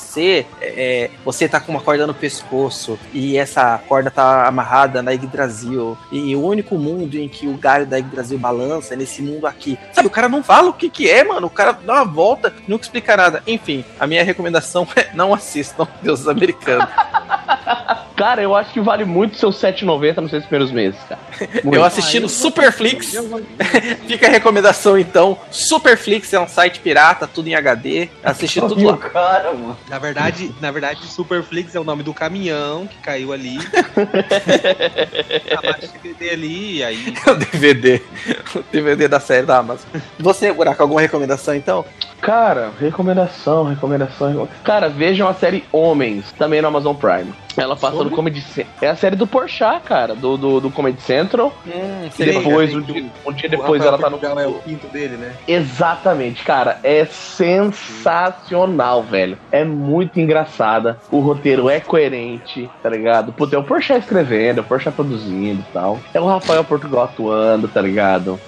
Você tá com uma corda no pescoço e essa corda tá amarrada na Yggdrasil. E o único mundo em que o galho da Yggdrasil balança é nesse mundo aqui. Sabe, o cara não fala o que é, mano. O cara dá uma volta, nunca explica nada. Enfim, a minha recomendação é não assistam Deuses Americanos. Cara, eu acho que vale muito seus R$7,90 nos 6 primeiros meses, cara. Eu assisti no Superflix. Fica a recomendação, então. Superflix é um site pirata, tudo em HD. Assisti tudo lá. Cara, mano. Na verdade, Superflix é o nome do caminhão que caiu ali. Abaixa o DVD ali, e aí... O DVD. DVD da série da Amazon. Você, Buraco, alguma recomendação então? Cara, recomendação. Cara, vejam a série Homens, também no Amazon Prime. Ela passa no Comedy Central. É a série do Porchat, cara, do Comedy Central. E depois, um dia depois, ela tá no... É o quinto dele, né? Exatamente, cara. É sensacional, velho. É muito engraçada. O roteiro é coerente, tá ligado? Puta, é o Porchat escrevendo, é o Porchat produzindo e tal. É o Rafael Portugal atuando, tá ligado?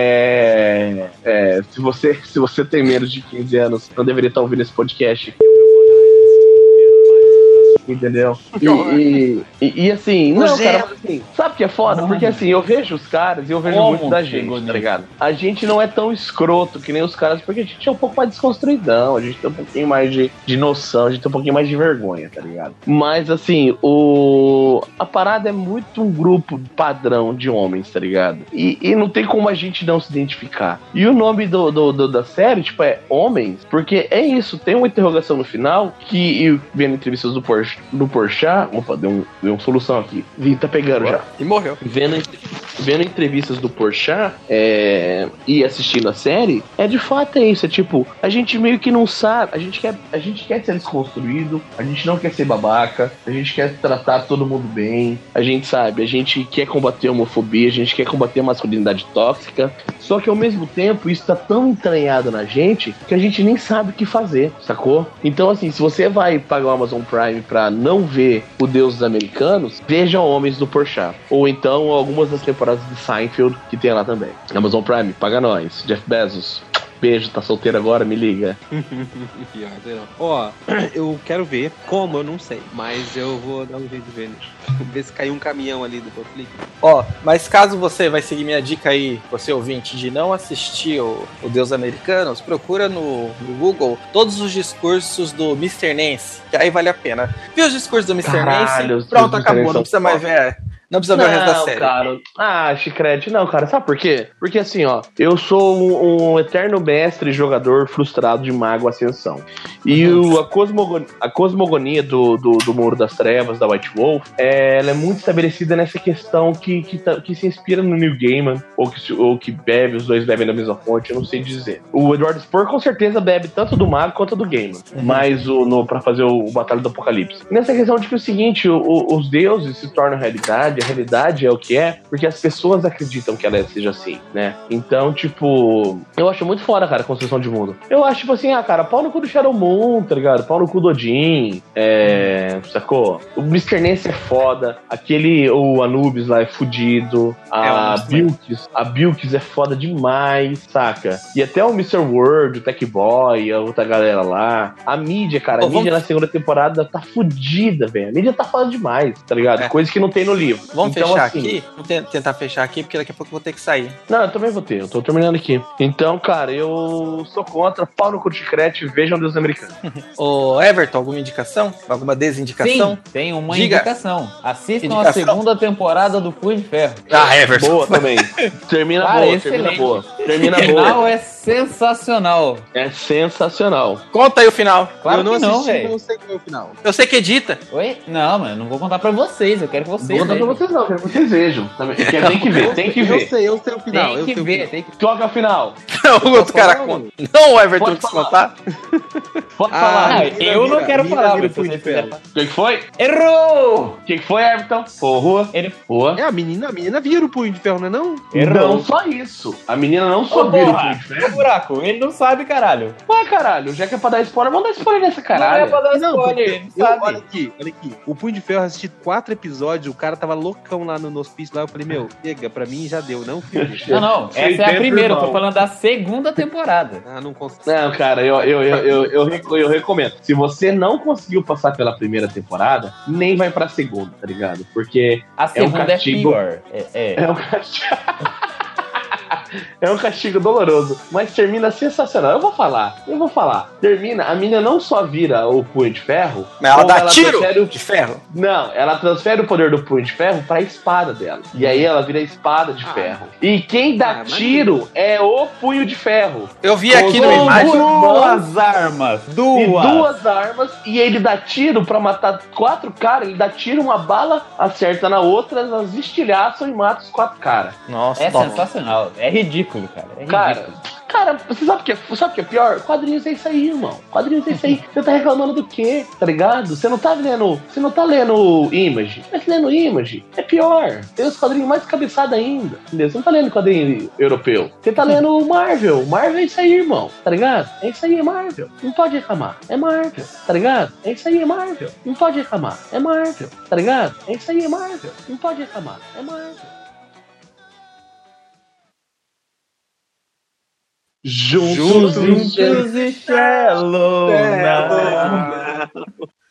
Se você tem menos de 15 anos, não deveria estar ouvindo esse podcast. Entendeu? E assim, não, cara, mas assim, sabe o que é foda? Porque assim, eu vejo os caras e eu vejo muito da gente, tá ligado? A gente não é tão escroto que nem os caras, porque a gente é um pouco mais desconstruidão, a gente tem um pouquinho mais de noção, a gente tem um pouquinho mais de vergonha, tá ligado? Mas assim, a parada é muito um grupo padrão de homens, tá ligado? E não tem como a gente não se identificar. E o nome da série, tipo, é Homens, porque é isso, tem uma interrogação no final que, vendo entrevistas do Porchat, opa, deu uma solução aqui. Tá pegando já. E morreu. Vendo entrevistas do Porchat e assistindo a série, de fato isso. É tipo, a gente meio que não sabe, a gente quer ser desconstruído, a gente não quer ser babaca, a gente quer tratar todo mundo bem, a gente quer combater a homofobia, a gente quer combater a masculinidade tóxica, só que ao mesmo tempo isso tá tão entranhado na gente que a gente nem sabe o que fazer, sacou? Então assim, se você vai pagar o Amazon Prime pra não ver o Deus dos Americanos, veja Homens do Porchat. Ou então algumas das temporadas de Seinfeld que tem lá também. Amazon Prime, paga nós. Jeff Bezos, beijo, tá solteiro agora, me liga. Ó, eu quero ver, como eu não sei, mas eu vou dar um jeito de ver. Ver se caiu um caminhão ali do Netflix. Ó, mas caso você vai seguir minha dica aí, você ouvinte, de não assistir o Deus Americanos, procura no Google todos os discursos do Mr. Nance, que aí vale a pena. Viu os discursos do Mr. Nance? Pronto, acabou, não precisa mais ver. Não precisa ver o resto da série. Cara. Chicrete, não, cara. Sabe por quê? Porque assim, ó, eu sou um eterno mestre jogador frustrado de Mago Ascensão. E a cosmogonia do Muro das Trevas, da White Wolf, ela é muito estabelecida nessa questão que se inspira no Neil Gaiman, ou que bebe, os dois bebem da mesma fonte, eu não sei dizer. O Edward Spur com certeza bebe tanto do Mago quanto do Gaiman, mas pra fazer o Batalha do Apocalipse. E nessa questão de que é o seguinte, os deuses se tornam realidade, a realidade é o que é, porque as pessoas acreditam que ela seja assim, né? Então, tipo, eu acho muito foda, cara, a construção de mundo. Eu acho, tipo assim, cara, pau no cu do Shadow Moon, tá ligado? Pau no cu do Odin, sacou? O Mr. Nance é foda, o Anubis lá é fudido, a Bilkis é foda demais, saca? E até o Mr. World, o Tech Boy, a outra galera lá. A mídia, cara, a mídia na segunda temporada tá fudida, velho. A mídia tá foda demais, tá ligado? Coisa que não tem no livro. Vamos então, fechar aqui? Vamos tentar fechar aqui, porque daqui a pouco eu vou ter que sair. Não, eu também vou ter, eu tô terminando aqui. Então, cara, eu sou contra, pau no cu de chiclete, vejam Deus Americano. Ô, Everton, alguma indicação? Alguma desindicação? Sim, tem uma indicação. Assistam a segunda temporada do Punho de Ferro. Ah, Everton. Boa também. Termina boa. O final é sensacional. É sensacional. Conta aí o final. Claro eu não que não, assisti, velho. não sei qual é o final. Eu sei que edita. Oi? Não, mano, não vou contar pra vocês. Eu quero que vocês vejam. Não vou contar pra vocês não, quero que vocês vejam. Tem que ver, tem que ver. Eu sei o final. Tem que ver. Qual que é o final? Não, o outro cara conta. Não, o Everton quis contar. Pode falar. Eu não quero falar. O que foi? Errou! O que foi, Everton? Porra. Porra. A menina vira o Punho de Ferro, não é não? Errou. Não só isso. A menina não só vira o Punho de Ferro. Buraco, ele não sabe, caralho. Ué, caralho, já que é pra dar spoiler, vamos dar spoiler nessa caralho. Não é pra dar spoiler, ele sabe. Olha aqui. O Punho de Ferro, eu assisti 4 episódios, o cara tava loucão lá no hospício, lá eu falei, chega, pra mim já deu, não, filho. Não, essa é a primeira, eu tô falando da segunda temporada. Não consigo. Não, cara, eu recomendo. Se você não conseguiu passar pela primeira temporada, nem vai pra segunda, tá ligado? Porque a segunda é um castigo. É um castigo. É um castigo doloroso, mas termina sensacional. Eu vou falar. Termina, a mina não só vira o Punho de Ferro, mas ela dá tiro de ferro. Não, ela transfere o poder do Punho de Ferro pra espada dela. E aí ela vira a espada de ferro. E quem dá tiro é o Punho de Ferro. Eu vi aqui no imagem. Duas armas. Duas armas. E ele dá tiro pra matar 4 caras. Ele dá tiro, uma bala acerta na outra, elas estilhaçam e matam os 4 caras. Nossa, é sensacional. É ridículo, cara. É ridículo. Cara, você sabe o que é pior? Quadrinhos é isso aí, irmão. Quadrinhos é isso aí. Você tá reclamando do quê? Tá ligado? Você não tá lendo Image. Mas lendo Image é pior. Tem os quadrinhos mais cabeçados ainda. Entendeu? Você não tá lendo quadrinho europeu. Você tá lendo Marvel. Marvel é isso aí, irmão. Tá ligado? É isso aí, é Marvel. Não pode reclamar. É Marvel. Tá ligado? É isso aí, é Marvel. Não pode reclamar. É Marvel. Tá ligado? É isso aí, é Marvel. Não pode reclamar. É Marvel. Juntos e Shallow.